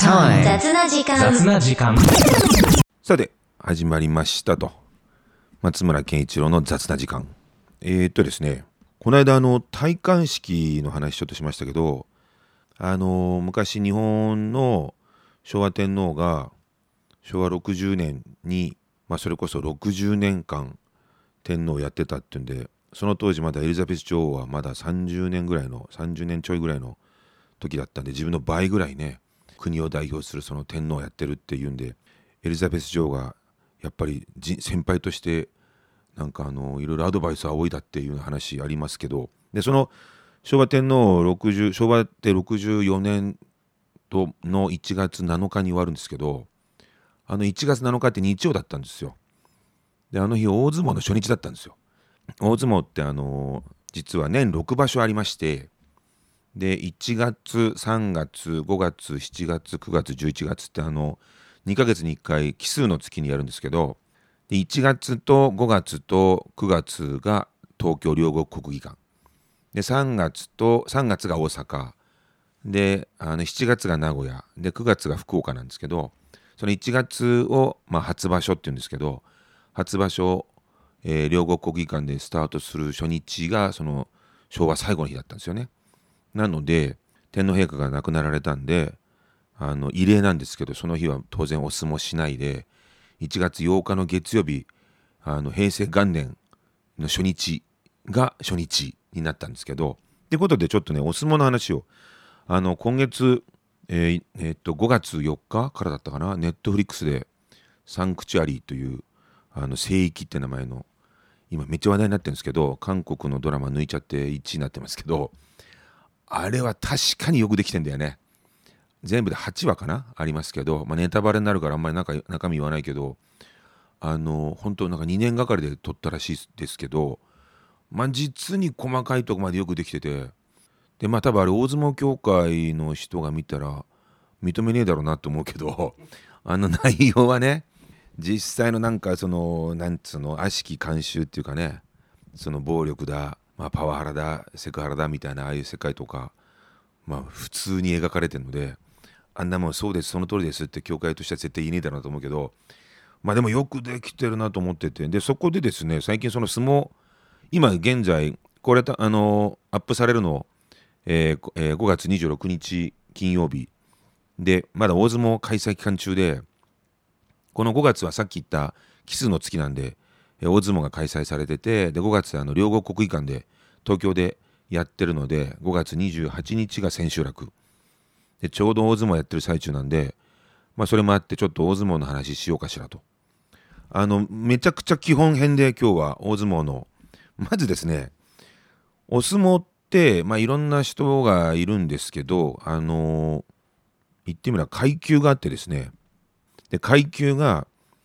雑な時間。 さて始まりましたと、松村健一郎の雑な時間。ですね、この間戴冠式の話ちょっとしましたけど、昔日本の昭和天皇が昭和60年に、それこそ60年間天皇をやってたっていうんで、その当時まだエリザベス女王はまだ30年ちょいぐらいの時だったんで、自分の倍ぐらいね、国を代表するその天皇をやってるっていうんで、エリザベス女王がやっぱり先輩としてなんかいろいろアドバイスを仰いだっていう話ありますけど、でその昭和天皇昭和って64年の1月7日に終わるんですけど、1月7日って日曜だったんですよ。で大相撲の初日だったんですよ。大相撲って実は年6場所ありまして、で1月3月5月7月9月11月って2ヶ月に1回奇数の月にやるんですけど、で1月と5月と9月が東京両国国技館で、3月が大阪で、7月が名古屋で、9月が福岡なんですけど、その1月を、初場所っていうんですけど、初場所、両国国技館でスタートする初日がその昭和最後の日だったんですよね。なので天皇陛下が亡くなられたんで、異例なんですけど、その日は当然お相撲しないで、1月8日の月曜日、平成元年の初日が初日になったんですけど、ってことでちょっとね、お相撲の話を今月、5月4日からだったかな、ネットフリックスでサンクチュアリーという聖域って名前の、今めっちゃ話題になってるんですけど、韓国のドラマ抜いちゃって1位になってますけど、あれは確かによくできてんだよね。全部で8話かなありますけど、ネタバレになるからあんまり中身言わないけど、本当なんか2年がかりで撮ったらしいですけど、実に細かいとこまでよくできてて、で多分あれ大相撲協会の人が見たら認めねえだろうなと思うけど、内容はね、実際のなんかそのなんつうの悪しき慣習っていうかね、その暴力だ、パワハラだ、セクハラだみたいなああいう世界とか、普通に描かれてるので、あんなもんそうですその通りですって協会としては絶対言えねえだろうなと思うけど、でもよくできてるなと思ってて、でそこでですね、最近その相撲、今現在これアップされるの、5月26日金曜日で、まだ大相撲開催期間中で、この5月はさっき言った奇数の月なんで、大相撲が開催されてて、で5月両国国技館で東京でやってるので、5月28日が千秋楽で、ちょうど大相撲やってる最中なんで、それもあってちょっと大相撲の話しようかしらと。めちゃくちゃ基本編で今日は大相撲の、まずですね、お相撲って、いろんな人がいるんですけど、言ってみれば階級があってですね、で階級が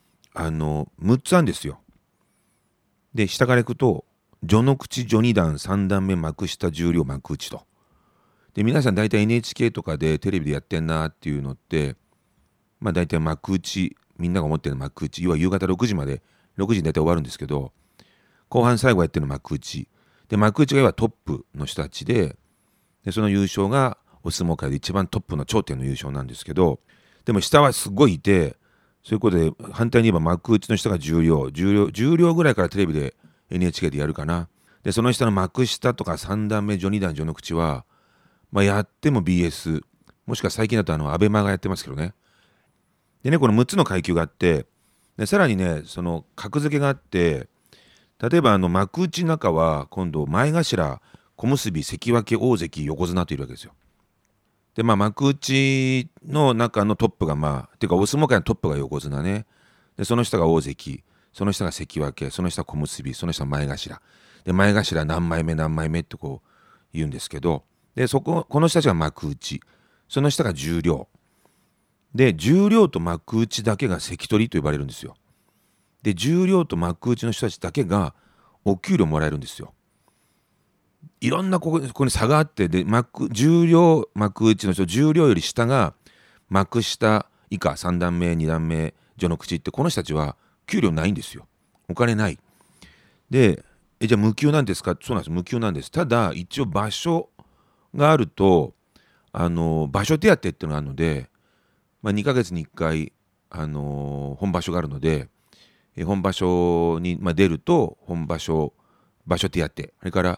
6つあるんですよ。で下からいくと、序の口序二段3段目幕下重量幕内と。で皆さん大体 NHK とかでテレビでやってんなっていうのって、大体幕内、みんなが思ってる幕内、要は夕方6時まで、6時に大体終わるんですけど、後半最後やってるの幕内で、幕内が要はトップの人たちで、その優勝がお相撲界で一番トップの頂点の優勝なんですけど、でも下はすごいいて、そういうことで反対に言えば幕内の人が重量ぐらいからテレビで NHK でやるかな。でその下の幕下とか3段目序二段序の口は、やっても BS、 もしくは最近だとアベマがやってますけどね。でね、この6つの階級があって、でさらにね、その格付けがあって、例えば幕内の中は今度前頭小結関脇大関横綱といるわけですよ。で幕内の中のトップがっていうかお相撲界のトップが横綱ね。でその下が大関、その下が関脇、その下小結、その下前頭で、前頭何枚目何枚目ってこう言うんですけど、でこの人たちが幕内、その下が重量で、重量と幕内だけが関取と呼ばれるんですよ。で重量と幕内の人たちだけがお給料もらえるんですよ。いろんなここに差があって、で重量幕内の人、重量より下が幕下以下3段目2段目序の口って、この人たちは給料ないんですよ。お金ない。でじゃあ無給なんですか。そうなんです、無給なんです。ただ一応場所があると場所手当っていうのがあるので、 2ヶ月に1回、本場所があるので、本場所に、出ると場所手当、それから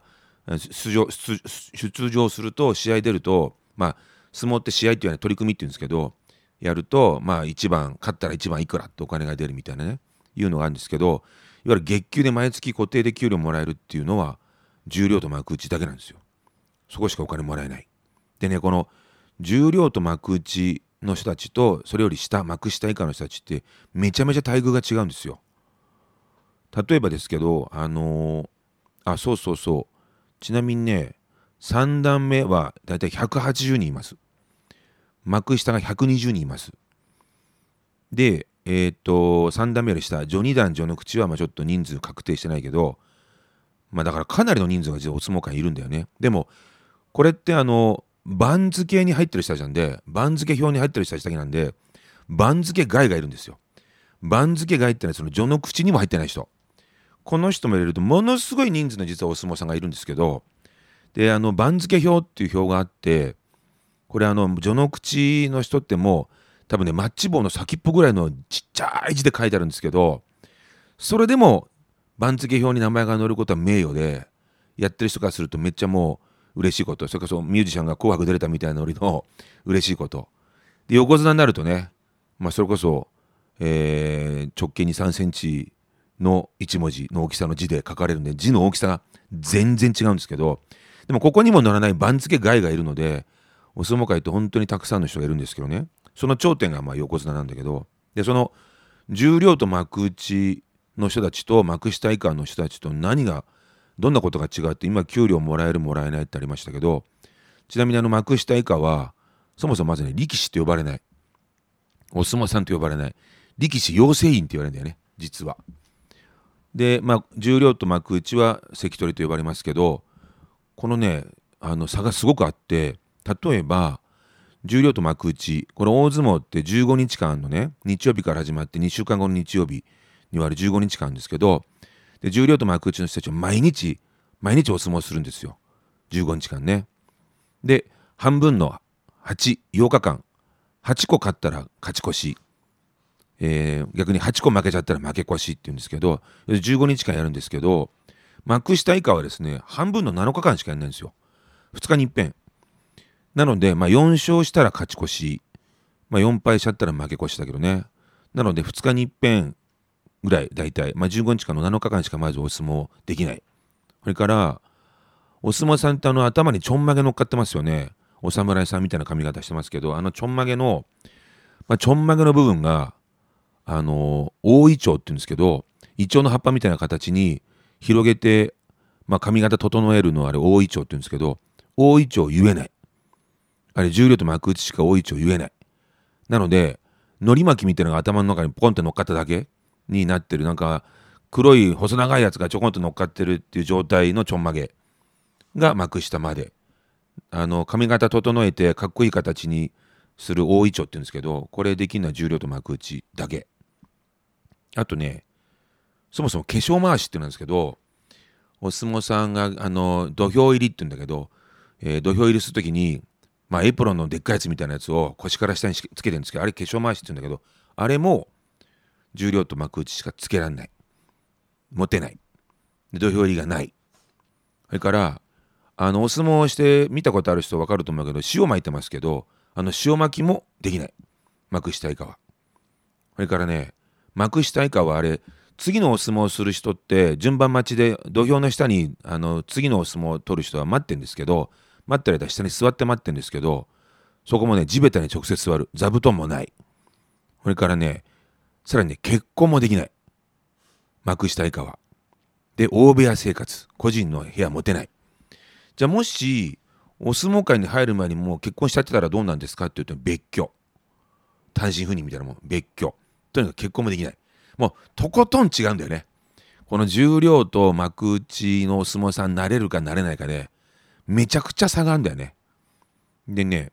出場すると、試合出ると、相撲って試合っていうのは取り組みっていうんですけど、やると、一番勝ったら一番いくらってお金が出るみたいなね、いうのがあるんですけど、いわゆる月給で毎月固定で給料もらえるっていうのは十両と幕内だけなんですよ。そこしかお金もらえない。でね、この十両と幕内の人たちと、それより下、幕下以下の人たちってめちゃめちゃ待遇が違うんですよ。例えばですけど、そうそうそう、ちなみにね、3段目はだいたい180人います。幕下が120人います。で、3段目より下、序2段序の口はちょっと人数確定してないけど、だからかなりの人数が実はお相撲界にいるんだよね。でも、これって番付に入ってる人たちなんで、番付表に入ってる人たちだけなんで、番付外がいるんですよ。番付外ってのはその序の口にも入ってない人。この人も入れるとものすごい人数の実はお相撲さんがいるんですけど、で、番付表っていう表があって、これ序の口の人ってもう多分ね、マッチ棒の先っぽぐらいのちっちゃい字で書いてあるんですけど、それでも番付表に名前が載ることは名誉で、やってる人からするとめっちゃもう嬉しいこと。それこそミュージシャンが紅白出れたみたいなノリの嬉しいこと。で、横綱になるとね、それこそ、直径2、3センチの1文字の大きさの字で書かれるんで、字の大きさが全然違うんですけど、でもここにも載らない番付外がいるので、お相撲界って本当にたくさんの人がいるんですけどね、その頂点が横綱なんだけど、で、その十両と幕内の人たちと幕下以下の人たちとどんなことが違うって、今給料もらえるもらえないってありましたけど、ちなみに幕下以下はそもそもまずね、力士って呼ばれない、お相撲さんと呼ばれない、力士養成員って言われるんだよね、実は。で、十両と幕内は関取と呼ばれますけど、このね、差がすごくあって、例えば十両と幕内、この大相撲って15日間のね、日曜日から始まって2週間後の日曜日に割る15日間ですけど、で、十両と幕内の人たちは毎日お相撲するんですよ。15日間ね。で、半分の8日間、8個勝ったら勝ち越し、逆に8個負けちゃったら負け越しって言うんですけど、15日間やるんですけど、幕下以下はですね、半分の7日間しかやらないんですよ。2日に一遍。なので、4勝したら勝ち越し、4敗しちゃったら負け越しだけどね。なので、2日に一遍ぐらい、だいたい、15日間の7日間しかまずお相撲できない。それから、お相撲さんって頭にちょんまげ乗っかってますよね。お侍さんみたいな髪型してますけど、ちょんまげの、ちょんまげの部分が、大イチョウって言うんですけど、イチョウの葉っぱみたいな形に広げて、髪型整えるのはあれ大イチョウって言うんですけど、大イチョウ言えない。あれ重量と幕内しか大イチョウ言えない。なので、海苔巻きみたいなのが頭の中にポコンって乗っかっただけになってる、なんか黒い細長いやつがちょこんと乗っかってるっていう状態のちょんまげが幕下まで。髪型整えてかっこいい形にする大イチョウって言うんですけど、これできるのは重量と幕内だけ。あとね、そもそも化粧回しってなんですけど、お相撲さんが土俵入りって言うんだけど、土俵入りするときに、エプロンのでっかいやつみたいなやつを腰から下につけてるんですけど、あれ化粧回しって言うんだけど、あれも重量と幕内しかつけられない。持てない。で、土俵入りがない。それから、お相撲をして見たことある人分かると思うけど、塩巻いてますけど、塩巻きもできない。幕下以下は。それからね、幕下以下はあれ、次のお相撲をする人って順番待ちで土俵の下に次のお相撲を取る人は待ってるんですけど、待ってる間下に座って待ってるんですけど、そこもね、地べたに直接座る。座布団もない。それからね、さらにね、結婚もできない。幕下以下は。で、大部屋生活。個人の部屋持てない。じゃあもし、お相撲界に入る前にもう結婚しちゃってたらどうなんですかって言うと、別居。単身赴任みたいなもん。別居。とにかく結婚もできない。もう、とことん違うんだよね。この十両と幕内のお相撲さんなれるかなれないかで、めちゃくちゃ差があるんだよね。でね、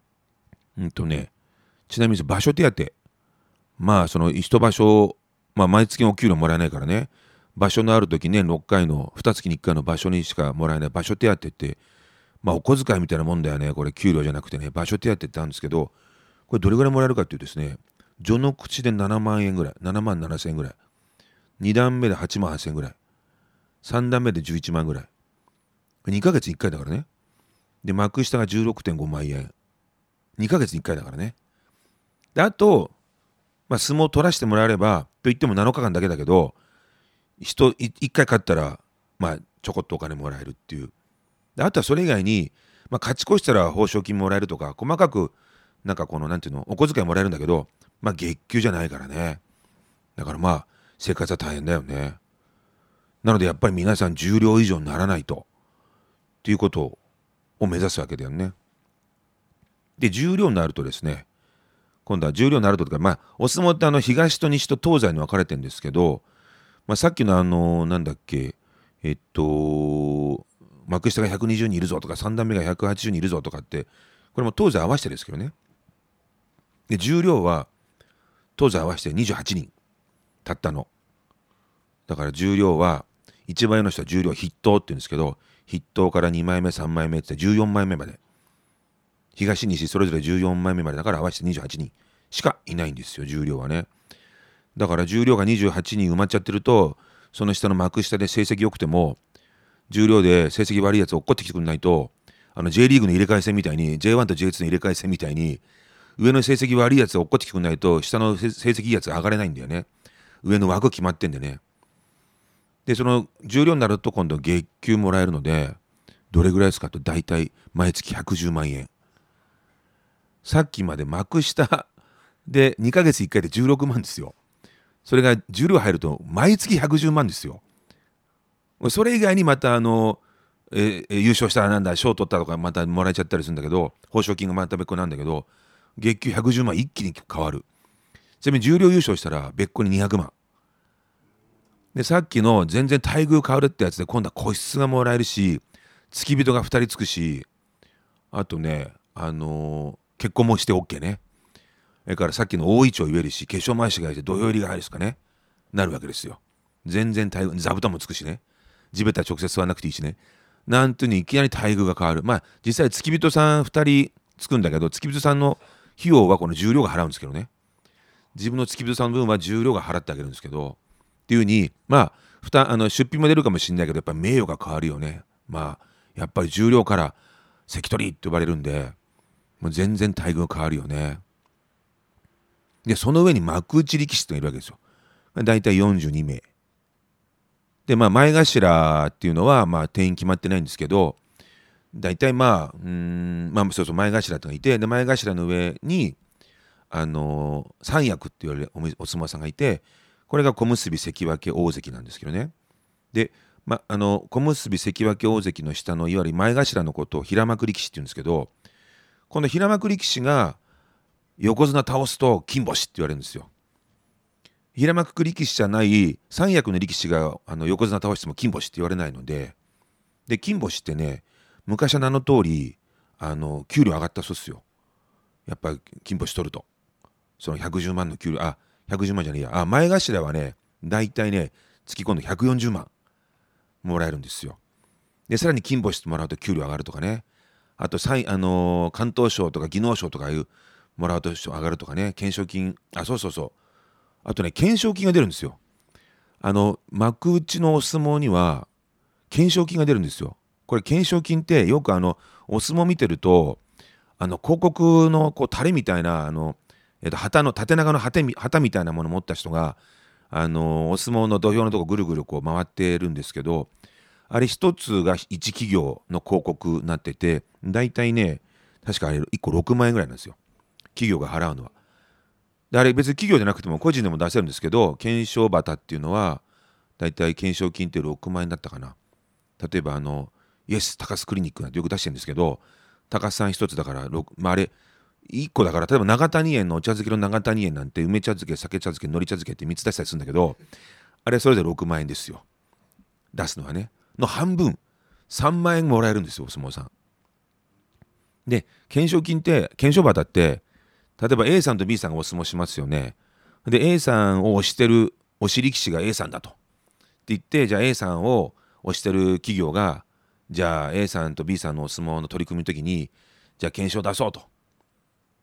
ちなみに場所手当。その一場所、毎月お給料もらえないからね、場所のある時年6回の、2月に1回の場所にしかもらえない場所手当って、お小遣いみたいなもんだよね。これ給料じゃなくてね、場所手当ってあるんですけど、 これどれぐらいもらえるかっていうとですね、序の口で7万円ぐらい、7万7千円ぐらい、2段目で8万8千円ぐらい、3段目で11万ぐらい。2ヶ月に1回だからね。で、幕下が 16.5 万円。2ヶ月に1回だからね。で、あと、相撲を取らせてもらえれば、と言っても7日間だけだけど、1回勝ったら、ちょこっとお金もらえるっていう。で、あとはそれ以外に、勝ち越したら報奨金もらえるとか、細かく、なんていうの、お小遣いもらえるんだけど、月給じゃないからね。だから生活は大変だよね。なのでやっぱり皆さん重量以上にならないと。っていうことを目指すわけだよね。で、重量になるとですね、今度は重量になるととか、お相撲って東と西と東西に分かれてるんですけど、さっきのなんだっけ、幕下が120人いるぞとか、3段目が180人いるぞとかって、これも東西合わせてですけどね。で、重量は東西合わせて28人、たったの。だから重量は、一番上の人は重量筆頭って言うんですけど、筆頭から2枚目、3枚目って14枚目まで。東西それぞれ14枚目までだから合わせて28人しかいないんですよ、重量はね。だから重量が28人埋まっちゃってると、その下の幕下で成績良くても、重量で成績悪いやつ落っこってきてくれないと、J リーグの入れ替え戦みたいに、J1 と J2 の入れ替え戦みたいに、上の成績悪いやつが落っこってきてくれないと、下の成績いいやつ上がれないんだよね。上の枠決まってんでね。で、その重量になると今度月給もらえるので、どれぐらいですかと、大体毎月110万円。さっきまで幕下で2ヶ月1回で16万ですよ。それが重量入ると毎月110万ですよ。それ以外にまた優勝したらなんだ賞取ったとかまたもらえちゃったりするんだけど、報奨金がまた別個なんだけど、月給110万一気に変わる。ちなみに重量優勝したら別個に200万で、さっきの全然待遇変わるってやつで今度は個室がもらえるし、付き人が2人つくし、あとね結婚もして OK ね。それからさっきの大いちを言えるし、化粧回しがいて土俵入りが入るしかね、なるわけですよ。全然待遇、座布団もつくしね。地べた直接座らなくていいしね。なんていうにいきなり待遇が変わる。実際付き人さん2人つくんだけど、付き人さんの費用はこの重量が払うんですけどね。自分の付き人さんの分は重量が払ってあげるんですけど、っていうに、出費も出るかもしれないけど、やっぱり名誉が変わるよね。やっぱり重量から関取って呼ばれるんで、もう全然待遇が変わるよね。で、その上に幕内力士っているわけですよ。だいたい42名。で、前頭っていうのは、定員決まってないんですけど、だいたいそうそう、前頭っていうのがいて、で、前頭の上に、三役って言われるお相撲さんがいて、これが小結関脇大関なんですけどね。で、小結関脇大関の下のいわゆる前頭のことを平幕力士って言うんですけど、この平幕力士が横綱倒すと金星って言われるんですよ。平幕力士じゃない三役の力士が横綱倒しても金星って言われないので、で金星ってね、昔は名の通り給料上がったそうっすよ。やっぱり金星取ると、その110万の給料、110万じゃねえや、前頭はね、だいたいね、月今度140万もらえるんですよ。でさらに金星もらうと給料上がるとかね、あと関東賞とか技能賞とかいうもらうと上がるとかね、懸賞金、そうそうそう、あとね、懸賞金が出るんですよ。幕内のお相撲には懸賞金が出るんですよ。これ懸賞金ってよくお相撲見てると広告のこうタレみたいな旗の縦長の旗みたいなものを持った人がお相撲の土俵のとこぐるぐるこう回ってるんですけど、あれ一つが一企業の広告になってて、だいたいね、確かあれ1個6万円ぐらいなんですよ、企業が払うのは。であれ別に企業じゃなくても個人でも出せるんですけど、懸賞旗っていうのはだいたい懸賞金って6万円だったかな。例えばイエス高須クリニックなんてよく出してるんですけど、高須さん一つだから、あれ1個だから、例えば長谷園のお茶漬けの長谷園なんて梅茶漬け、酒茶漬け、海苔茶漬けって3つ出したりするんだけど、あれそれで6万円ですよ、出すのはね。の半分3万円もらえるんですよ、お相撲さんで。懸賞金って懸賞旗って、例えば A さんと B さんがお相撲しますよね。で A さんを推してる推し力士が A さんだとって言って、じゃあ A さんを推してる企業が、じゃあ A さんと B さんのお相撲の取り組みの時に、じゃあ懸賞出そうと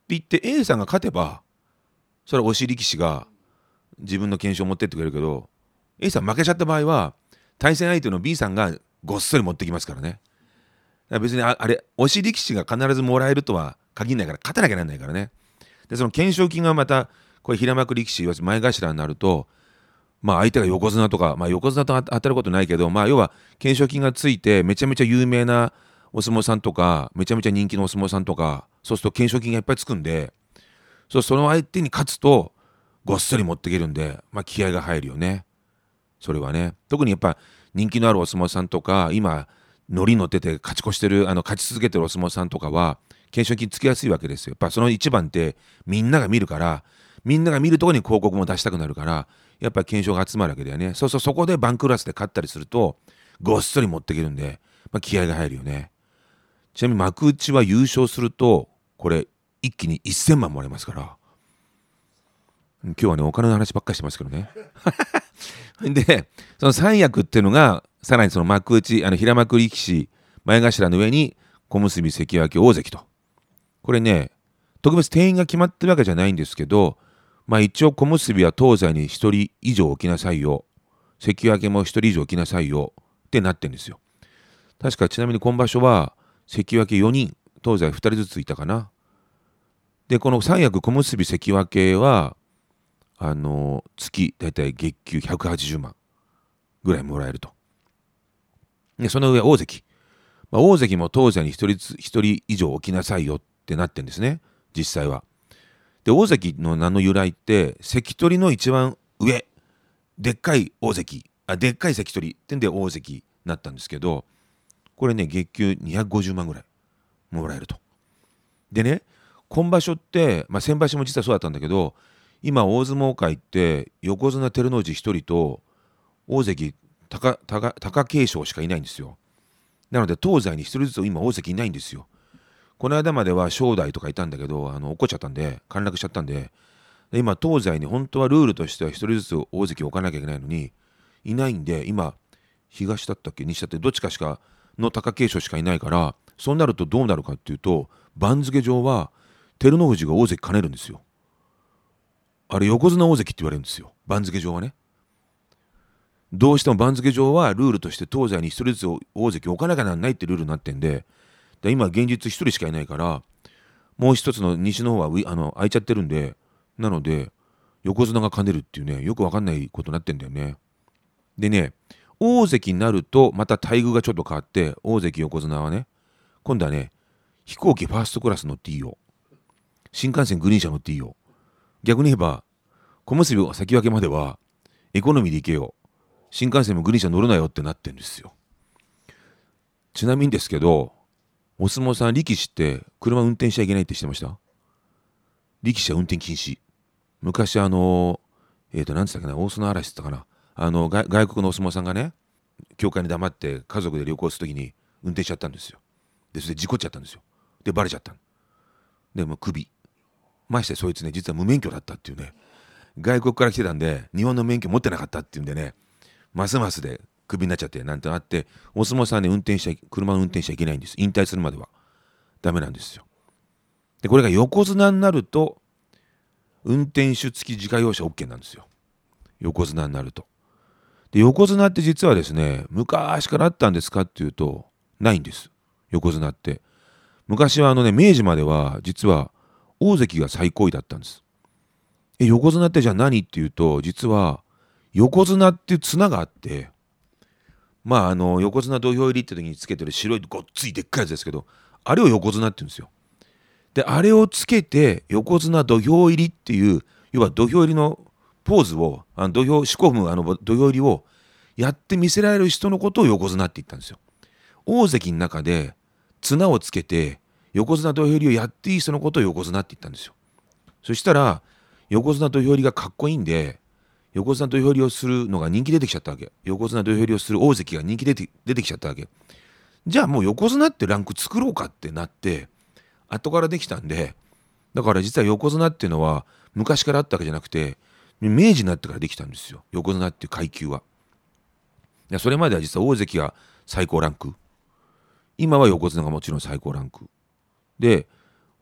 言って A さんが勝てばそれは推し力士が自分の懸賞を持ってってくれるけど、 A さん負けちゃった場合は対戦相手の B さんがごっそり持ってきますからね。だから別にあれ推し力士が必ずもらえるとは限らないから、勝たなきゃならないからね。でその懸賞金がまたこれ平幕力士前頭になると、まあ相手が横綱とか、まあ横綱と当たることないけど、まあ要は懸賞金がついてめちゃめちゃ有名なお相撲さんとかめちゃめちゃ人気のお相撲さんとか、そうすると懸賞金がいっぱいつくんで、その相手に勝つとごっそり持っていけるんで、まあ気合が入るよね。それはね。特にやっぱ人気のあるお相撲さんとか、今ノリ乗ってて勝ち越してる勝ち続けてるお相撲さんとかは懸賞金つきやすいわけですよ。やっぱその一番ってみんなが見るから、みんなが見るところに広告も出したくなるから、やっぱり懸賞が集まるわけだよね。そこで番クラスで勝ったりするとごっそり持っていけるんで、まあ、気合が入るよね。ちなみに幕内は優勝するとこれ一気に1000万もらえますから。今日はねお金の話ばっかりしてますけどねでその三役っていうのがさらにその幕内平幕力士前頭の上に小結関脇大関と、これね特別定員が決まってるわけじゃないんですけど、まあ一応小結は東西に1人以上置きなさいよ、関脇も1人以上置きなさいよってなってるんですよ。確かちなみに今場所は関脇4人東西2人ずついたかな。でこの三役小結関脇は月だいたい月給180万ぐらいもらえると。でその上大関、大関も東西に1人以上置きなさいよってなってるんですね実際は。で大関の名の由来って関取の一番上、でっかい大関、でっかい関取ってんで大関になったんですけど、これね月給250万ぐらいもらえると。でね今場所って、先場所も実はそうだったんだけど、今大相撲界って横綱照ノ富士1人と大関貴景勝しかいないんですよ。なので東西に1人ずつ今大関いないんですよ。この間までは正代とかいたんだけど落っこっちゃったんで陥落しちゃったんで、今東西に本当はルールとしては1人ずつ大関を置かなきゃいけないのにいないんで、今東だったっけ西だってどっちかしかの貴景勝しかいないから、そうなるとどうなるかっていうと番付上は照ノ富士が大関兼ねるんですよ。あれ横綱大関って言われるんですよ番付上はね。どうしても番付上はルールとして東西に1人ずつ大関を置かなきゃならないってルールになってんで、今現実1人しかいないからもう一つの西の方は空いちゃってるんで、なので横綱が兼ねるっていうね、よくわかんないことになってんだよね。でね大関になるとまた待遇がちょっと変わって、大関横綱はね今度はね飛行機ファーストクラス乗っていいよ、新幹線グリーン車乗っていいよ、逆に言えば小結先分けまではエコノミーで行けよ、新幹線もグリーン車乗るなよってなってんですよ。ちなみにですけどお相撲さん力士って車運転しちゃいけないって知ってました？力士は運転禁止。昔なんつったっけな、大砂嵐って言ったかな、外国のお相撲さんがね教会に黙って家族で旅行するときに運転しちゃったんですよ。でそれで事故っちゃったんですよ。でバレちゃった。でもう首、ましてそいつね実は無免許だったっていうね、外国から来てたんで日本の免許持ってなかったっていうんでね、ますますでクビになっちゃってなんてあって、お相撲さんね車の運転しちゃいけないんです。引退するまではダメなんですよ。でこれが横綱になると運転手付き自家用車 OK なんですよ、横綱になると。で横綱って実はですね昔からあったんですかっていうとないんです。横綱って昔は明治までは実は大関が最高位だったんです。横綱ってじゃあ何っていうと、実は横綱っていう綱があって、横綱土俵入りって時につけてる白いごっついでっかいやつですけど、あれを横綱って言うんですよ。であれをつけて横綱土俵入りっていう、要は土俵入りのポーズを四股踏む土俵入りをやって見せられる人のことを横綱って言ったんですよ。大関の中で綱をつけて横綱土俵入りをやっていい人のことを横綱って言ったんですよ。そしたら横綱土俵入りがかっこいいんで、横綱土俵入りをするのが人気出てきちゃったわけ。横綱土俵入りをする大関が人気出てきちゃったわけ。じゃあもう横綱ってランク作ろうかってなって後からできたんで、だから実は横綱っていうのは昔からあったわけじゃなくて明治になってからできたんですよ、横綱っていう階級は。それまでは実は大関が最高ランク、今は横綱がもちろん最高ランクで、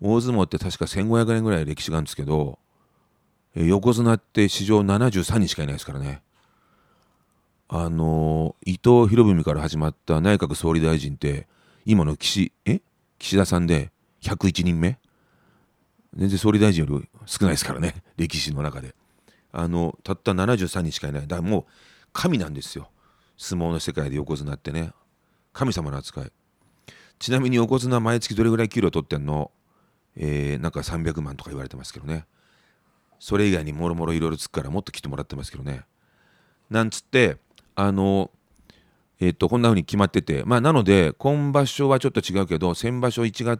大相撲って確か1500年ぐらい歴史があるんですけど、横綱って史上73人しかいないですからね。伊藤博文から始まった内閣総理大臣って今の岸田さんで101人目。全然総理大臣より少ないですからね、歴史の中で。たった73人しかいない。だからもう神なんですよ、相撲の世界で横綱ってね。神様の扱い。ちなみに横綱毎月どれぐらい給料取ってんの？なんか300万とか言われてますけどね。それ以外にもろもろいろいろつくからもっと来てもらってますけどね。なんつってこんな風に決まってて、なので今場所はちょっと違うけど、先場所3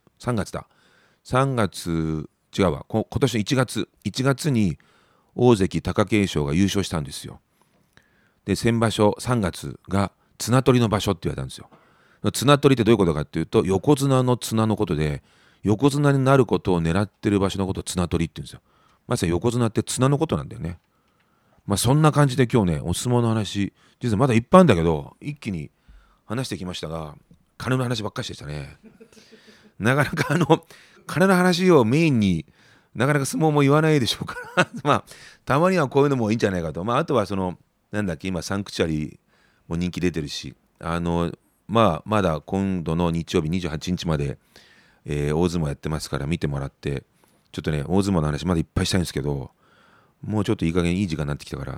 月違うわ、今年の1月に大関貴景勝が優勝したんですよ。で先場所3月が綱取りの場所って言われたんですよ。綱取りってどういうことかっていうと、横綱の綱のことで、横綱になることを狙ってる場所のことを綱取りって言うんですよ。まさに横綱って綱のことなんだよね。そんな感じで今日ね、お相撲の話、実はまだいっぱいあるんだけど、一気に話してきましたが、金の話ばっかりでしたね。なかなか金の話をメインになかなか相撲も言わないでしょうからたまにはこういうのもいいんじゃないかと。あとは今サンクチュアリも人気出てるし、まだ今度の日曜日28日まで、大相撲やってますから見てもらって、ちょっとね大相撲の話まだいっぱいしたいんですけど、もうちょっといい加減いい時間になってきたから、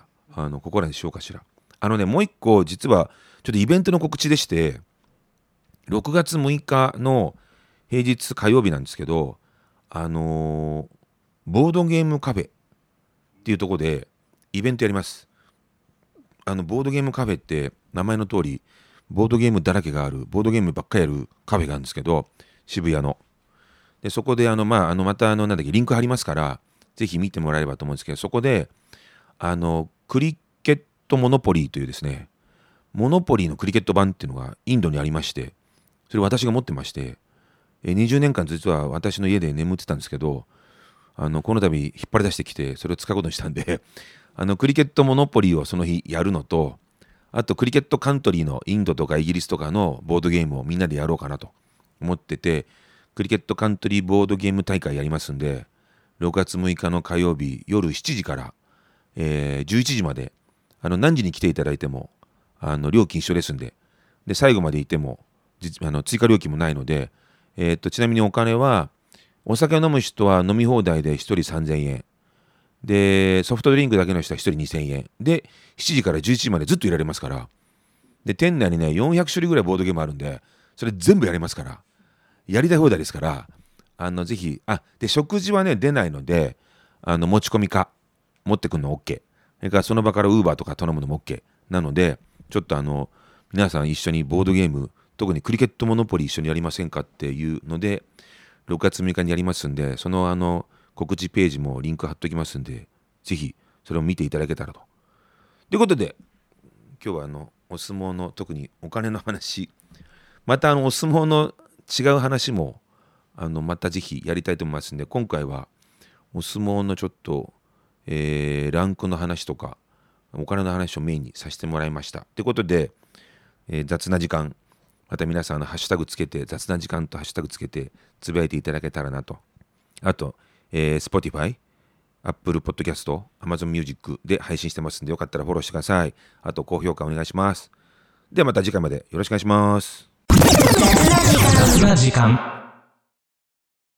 ここらにしようかしら。もう一個実はちょっとイベントの告知でして、6月6日の平日火曜日なんですけど、ボードゲームカフェっていうところでイベントやります。ボードゲームカフェって名前の通りボードゲームだらけがある、ボードゲームばっかりやるカフェがあるんですけど、渋谷の。でそこでまたリンク貼りますから、ぜひ見てもらえればと思うんですけど、そこでクリケットモノポリーというですね、モノポリーのクリケット版っていうのがインドにありまして、それ私が持ってまして、20年間実は私の家で眠ってたんですけど、この度引っ張り出してきてそれを使うことにしたんでクリケットモノポリーをその日やるのと、あとクリケットカントリーのインドとかイギリスとかのボードゲームをみんなでやろうかなと思ってて、クリケットカントリーボードゲーム大会やりますんで、6月6日の火曜日夜7時から、11時まで何時に来ていただいても料金一緒ですんで、最後までいても追加料金もないので、ちなみにお金はお酒を飲む人は飲み放題で1人3000円で、ソフトドリンクだけの人は1人2000円で、7時から11時までずっといられますから。で店内にね400種類ぐらいボードゲームあるんで、それ全部やりますから、やりたい放題ですから、ぜひ。で食事はね出ないので、持ち込みか持ってくるの OK、 それからその場からウーバーとか頼むのも OK なので、ちょっと皆さん一緒にボードゲーム、特にクリケットモノポリー一緒にやりませんかっていうので、6月6日にやりますんで、その告知ページもリンク貼っときますんで、ぜひそれを見ていただけたらと。ということで今日はお相撲の特にお金の話、またお相撲の違う話もまたぜひやりたいと思いますんで、今回はお相撲のちょっと、ランクの話とかお金の話をメインにさせてもらいました。ということで、雑な時間、また皆さんハッシュタグつけて、雑な時間とハッシュタグつけてつぶやいていただけたらなと。あと、Spotify、Apple Podcast、Amazon Music で配信してますんで、よかったらフォローしてください。あと高評価お願いします。ではまた次回までよろしくお願いします。 雑な時間。